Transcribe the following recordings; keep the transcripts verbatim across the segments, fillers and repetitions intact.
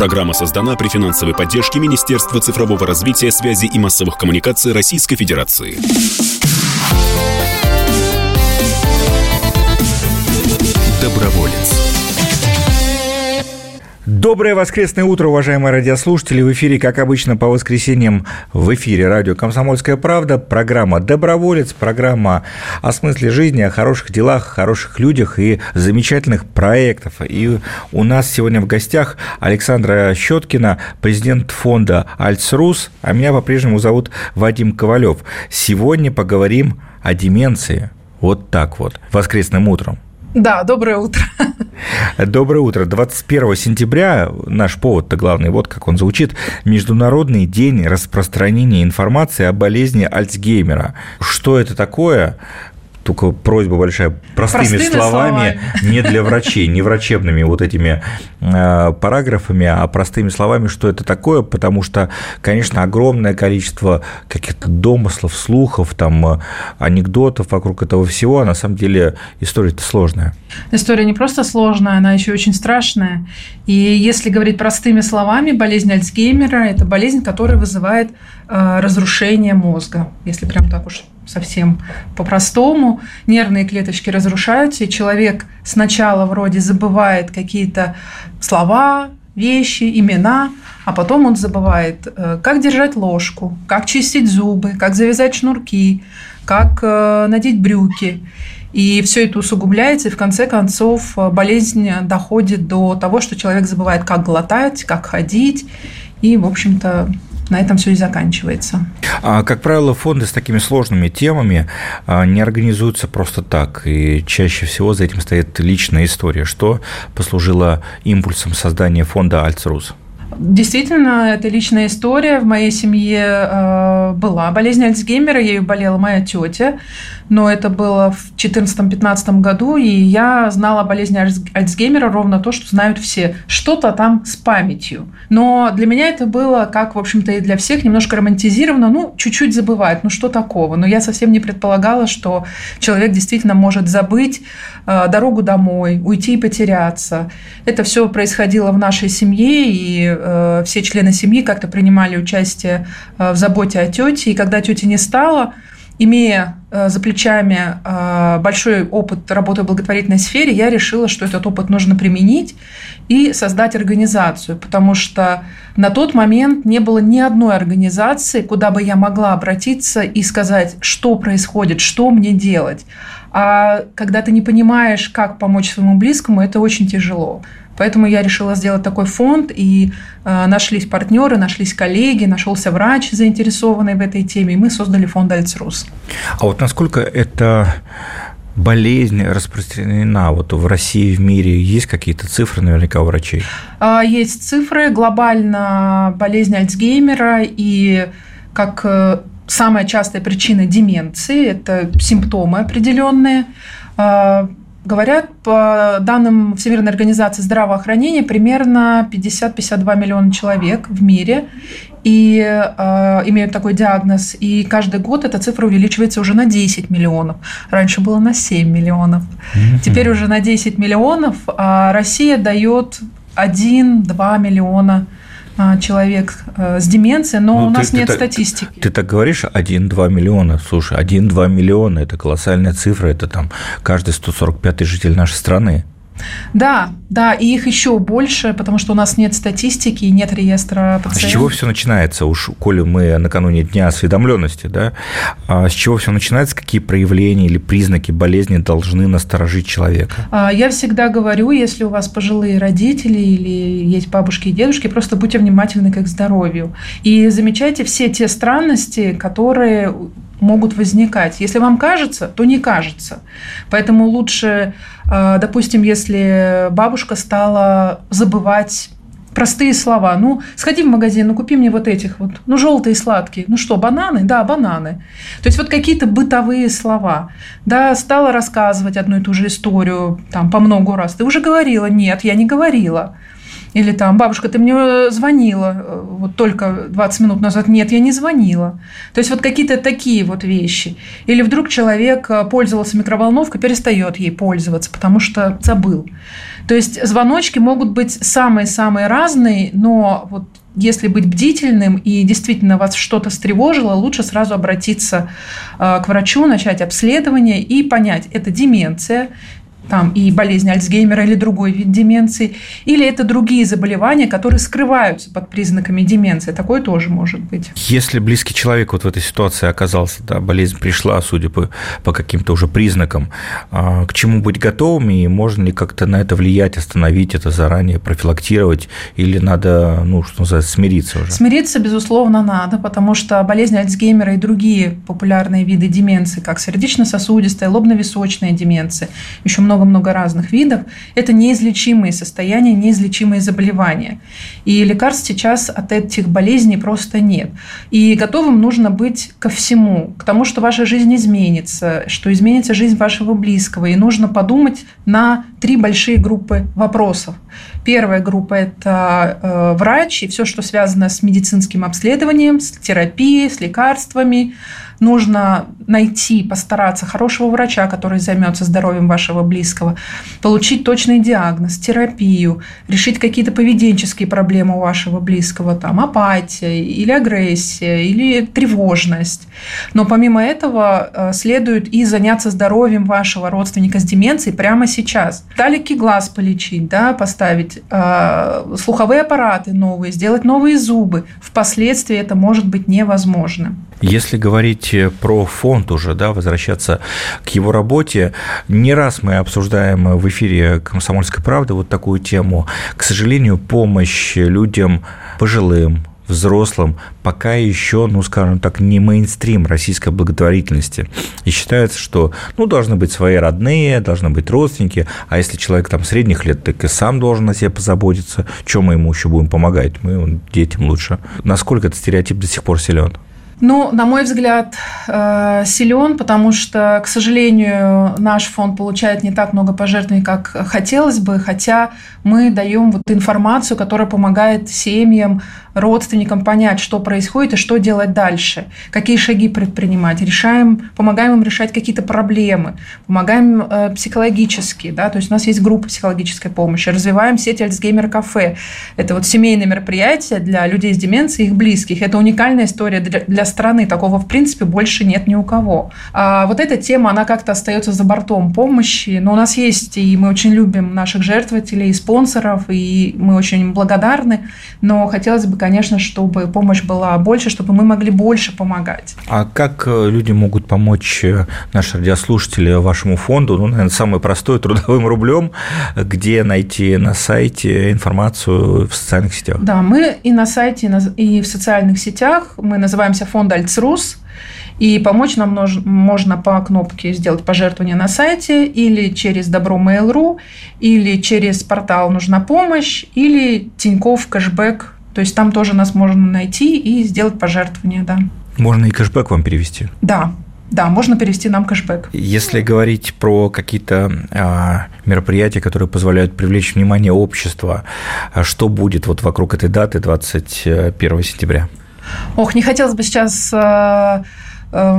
Программа создана при финансовой поддержке Министерства цифрового развития, связи и массовых коммуникаций Российской Федерации. Доброволец. Доброе воскресное утро, уважаемые радиослушатели. В эфире, как обычно, по воскресеньям в эфире радио «Комсомольская правда». Программа «Доброволец», программа о смысле жизни, о хороших делах, хороших людях и замечательных проектах. И у нас сегодня в гостях Александра Щеткина, президент фонда «Альцрус», а меня по-прежнему зовут Вадим Ковалев. Сегодня поговорим о деменции. Вот так вот, воскресным утром. Да, доброе утро. Доброе утро. двадцать первого сентября, наш повод-то главный, вот как он звучит, Международный день распространения информации о болезни Альцгеймера. Что это такое? Только просьба большая, простыми, простыми словами, словами, не для врачей, не врачебными вот этими э, параграфами, а простыми словами, что это такое, потому что, конечно, огромное количество каких-то домыслов, слухов, там, э, анекдотов вокруг этого всего, а на самом деле история-то сложная. История не просто сложная, она еще очень страшная. И если говорить простыми словами, болезнь Альцгеймера – это болезнь, которая вызывает э, разрушение мозга, если прям так уж совсем по-простому. Нервные клеточки разрушаются, и человек сначала вроде забывает какие-то слова, вещи, имена, а потом он забывает, как держать ложку, как чистить зубы, как завязать шнурки, как надеть брюки. И все это усугубляется, и в конце концов болезнь доходит до того, что человек забывает, как глотать, как ходить, и, в общем-то, на этом все и заканчивается. Как правило, фонды с такими сложными темами не организуются просто так, и чаще всего за этим стоит личная история. Что послужило импульсом создания фонда «Альцрус»? Действительно, это личная история. В моей семье была болезнь Альцгеймера, ею болела моя тетя, но это было в две тысячи четырнадцатом-пятнадцатом году, и я знала о болезни Альцгеймера ровно то, что знают все. Что-то там с памятью. Но для меня это было, как, в общем-то, и для всех, немножко романтизировано, ну, чуть-чуть забывать, ну, что такого. Но я совсем не предполагала, что человек действительно может забыть э, дорогу домой, уйти и потеряться. Это все происходило в нашей семье, и э, все члены семьи как-то принимали участие э, в заботе о тете. И когда тети не стало, имея за плечами большой опыт работы в благотворительной сфере, я решила, что этот опыт нужно применить и создать организацию, потому что на тот момент не было ни одной организации, куда бы я могла обратиться и сказать, что происходит, что мне делать. А когда ты не понимаешь, как помочь своему близкому, это очень тяжело. Поэтому я решила сделать такой фонд, и э, нашлись партнеры, нашлись коллеги, нашелся врач, заинтересованный в этой теме, и мы создали фонд «Альцрус». А вот насколько эта болезнь распространена вот в России, в мире? Есть какие-то цифры наверняка у врачей? Есть цифры. Глобально болезнь Альцгеймера и как самая частая причина деменции – это симптомы определенные. Говорят, по данным Всемирной организации здравоохранения, примерно пятьдесят-пятьдесят два миллиона человек в мире и э, имеют такой диагноз. И каждый год эта цифра увеличивается уже на десять миллионов. Раньше было на семь миллионов. Mm-hmm. Теперь уже на десять миллионов. А Россия дает один-два миллиона человек с деменцией, но ну, у нас ты, нет ты, статистики. Ты, ты так говоришь, один-два миллиона. Слушай, один-два миллиона – это колоссальная цифра, это там каждый сто сорок пятый житель нашей страны. Да, да, и их еще больше, потому что у нас нет статистики, нет реестра пациентов. А с чего все начинается? Уж, коли мы накануне Дня осведомленности, да, а с чего все начинается? Какие проявления или признаки болезни должны насторожить человека? Я всегда говорю, если у вас пожилые родители или есть бабушки и дедушки, просто будьте внимательны к их здоровью и замечайте все те странности, которые могут возникать. Если вам кажется, то не кажется. Поэтому лучше, допустим, если бабушка стала забывать простые слова. Ну, сходи в магазин, ну, купи мне вот этих вот, ну, желтые сладкие. Ну что, бананы? Да, бананы. То есть вот какие-то бытовые слова. Да, стала рассказывать одну и ту же историю там по много раз. Ты уже говорила? Нет, я не говорила. Или там: бабушка, ты мне звонила вот только двадцать минут назад. Нет, я не звонила. То есть вот какие-то такие вот вещи. Или вдруг человек пользовался микроволновкой, перестает ей пользоваться, потому что забыл. То есть звоночки могут быть самые-самые разные, но вот если быть бдительным и действительно вас что-то встревожило, лучше сразу обратиться к врачу, начать обследование и понять, это деменция, там, и болезнь Альцгеймера или другой вид деменции, или это другие заболевания, которые скрываются под признаками деменции. Такое тоже может быть. Если близкий человек вот в этой ситуации оказался, да, болезнь пришла, судя по, по каким-то уже признакам, к чему быть готовыми, и можно ли как-то на это влиять, остановить это заранее, профилактировать, или надо, ну, что называется, смириться уже? Смириться, безусловно, надо, потому что болезнь Альцгеймера и другие популярные виды деменции, как сердечно-сосудистая, лобно-височная деменция, еще много много-много разных видов, это неизлечимые состояния, неизлечимые заболевания. И лекарств сейчас от этих болезней просто нет. И готовым нужно быть ко всему, к тому, что ваша жизнь изменится, что изменится жизнь вашего близкого. И нужно подумать на три большие группы вопросов. Первая группа – это врач и все, что связано с медицинским обследованием, с терапией, с лекарствами. Нужно найти, постараться хорошего врача, который займется здоровьем вашего близкого, получить точный диагноз, терапию, решить какие-то поведенческие проблемы у вашего близкого, там, апатия или агрессия, или тревожность. Но помимо этого следует и заняться здоровьем вашего родственника с деменцией прямо сейчас. Далеки глаз полечить, да, поставить, э, слуховые аппараты новые, сделать новые зубы. Впоследствии это может быть невозможно. Если говорить про фонд уже, да, возвращаться к его работе, не раз мы обсуждаем в эфире «Комсомольской правды» вот такую тему. К сожалению, помощь людям пожилым, взрослым пока еще, ну, скажем так, не мейнстрим российской благотворительности. И считается, что, ну, должны быть свои родные, должны быть родственники, а если человек там средних лет, так и сам должен о себе позаботиться. Чем мы ему еще будем помогать? Мы детям лучше. Насколько этот стереотип до сих пор силен? Ну, на мой взгляд, силен, потому что, к сожалению, наш фонд получает не так много пожертвований, как хотелось бы, хотя мы даем вот информацию, которая помогает семьям, родственникам понять, что происходит и что делать дальше, какие шаги предпринимать. Решаем, помогаем им решать какие-то проблемы, помогаем э, психологически, да, то есть у нас есть группа психологической помощи, развиваем сеть Альцгеймер-кафе. Это вот семейное мероприятие для людей с деменцией и их близких. Это уникальная история для, для страны, такого в принципе больше нет ни у кого. А вот эта тема, она как-то остается за бортом помощи, но у нас есть, и мы очень любим наших жертвователей и спонсоров, и мы очень благодарны, но хотелось бы, конечно, чтобы помощь была больше, чтобы мы могли больше помогать. А как люди могут помочь, наши радиослушатели, вашему фонду? Ну, наверное, самый простой — трудовым рублем. Где найти на сайте информацию в социальных сетях? Да, мы и на сайте, и в социальных сетях. Мы называемся фонд Альцрус. И помочь нам можно по кнопке «Сделать пожертвование» на сайте, или через Добро Mail точка ру, или через портал «Нужна помощь», или Тинькофф кэшбэк. То есть там тоже нас можно найти и сделать пожертвование, да. Можно и кэшбэк вам перевести? Да. Да, можно перевести нам кэшбэк. Если говорить про какие-то а, мероприятия, которые позволяют привлечь внимание общества, что будет вот вокруг этой даты двадцать первого сентября? Ох, не хотелось бы сейчас э, э,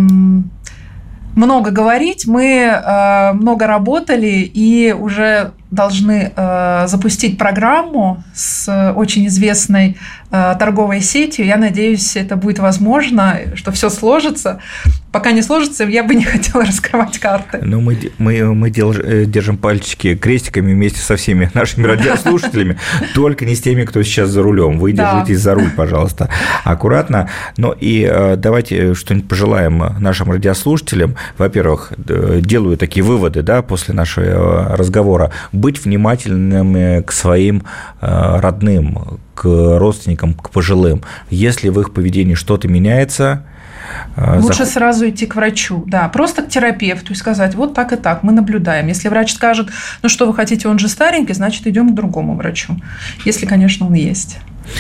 много говорить. Мы э, много работали и уже должны э, запустить программу с очень известной э, торговой сетью. Я надеюсь, это будет возможно, что все сложится. Пока не сложится, я бы не хотела раскрывать карты. Ну, мы, мы, мы держим пальчики крестиками вместе со всеми нашими радиослушателями, только не с теми, кто сейчас за рулем. Вы держитесь за руль, пожалуйста, аккуратно. Ну и давайте что-нибудь пожелаем нашим радиослушателям. Во-первых, делаю такие выводы, да, после нашего разговора. Быть внимательными к своим родным, к родственникам, к пожилым. Если в их поведении что-то меняется, лучше Зах... сразу идти к врачу, да, просто к терапевту и сказать: вот так и так, мы наблюдаем. Если врач скажет: ну что вы хотите, он же старенький, значит, идем к другому врачу, если, конечно, он есть.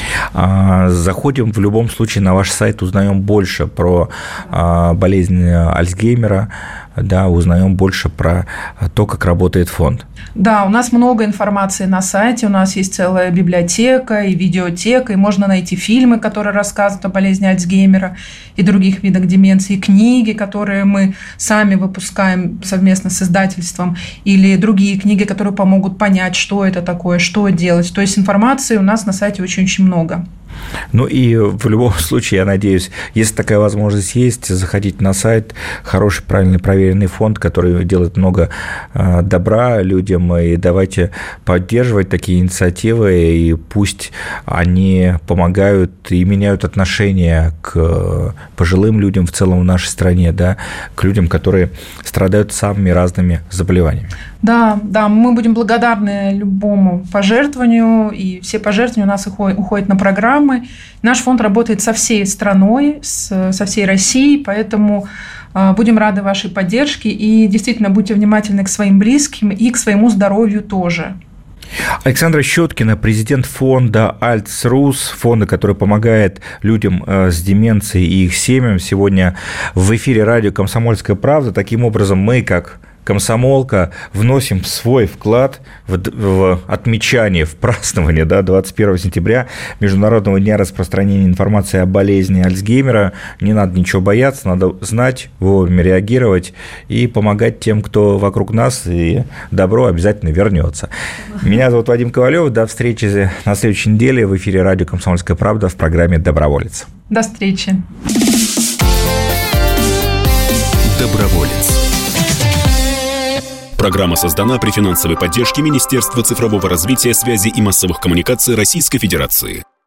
Заходим в любом случае на ваш сайт, узнаем больше про болезнь Альцгеймера, да, узнаем больше про то, как работает фонд. Да, у нас много информации на сайте, у нас есть целая библиотека и видеотека, и можно найти фильмы, которые рассказывают о болезни Альцгеймера и других видах деменции, книги, которые мы сами выпускаем совместно с издательством, или другие книги, которые помогут понять, что это такое, что делать. То есть информации у нас на сайте очень-очень много. Ну и в любом случае, я надеюсь, если такая возможность есть, заходите на сайт, хороший, правильный, проверенный фонд, который делает много добра людям, и давайте поддерживать такие инициативы, и пусть они помогают и меняют отношение к пожилым людям в целом в нашей стране, да, к людям, которые страдают самыми разными заболеваниями. Да, да, мы будем благодарны любому пожертвованию, и все пожертвования у нас уходят на программы. Наш фонд работает со всей страной, со всей Россией, поэтому будем рады вашей поддержке, и действительно будьте внимательны к своим близким и к своему здоровью тоже. Александра Щеткина, президент фонда Альцрус, фонда, который помогает людям с деменцией и их семьям, сегодня в эфире радио «Комсомольская правда». Таким образом, мы, как комсомолка, вносим свой вклад в, в отмечание, в празднование, да, двадцать первого сентября, Международного дня распространения информации о болезни Альцгеймера. Не надо ничего бояться, надо знать, вовремя реагировать и помогать тем, кто вокруг нас, и добро обязательно вернется. Меня зовут Вадим Ковалев. До встречи на следующей неделе в эфире радио «Комсомольская правда» в программе «Доброволец». До встречи. Доброволец. Программа создана при финансовой поддержке Министерства цифрового развития, связи и массовых коммуникаций Российской Федерации.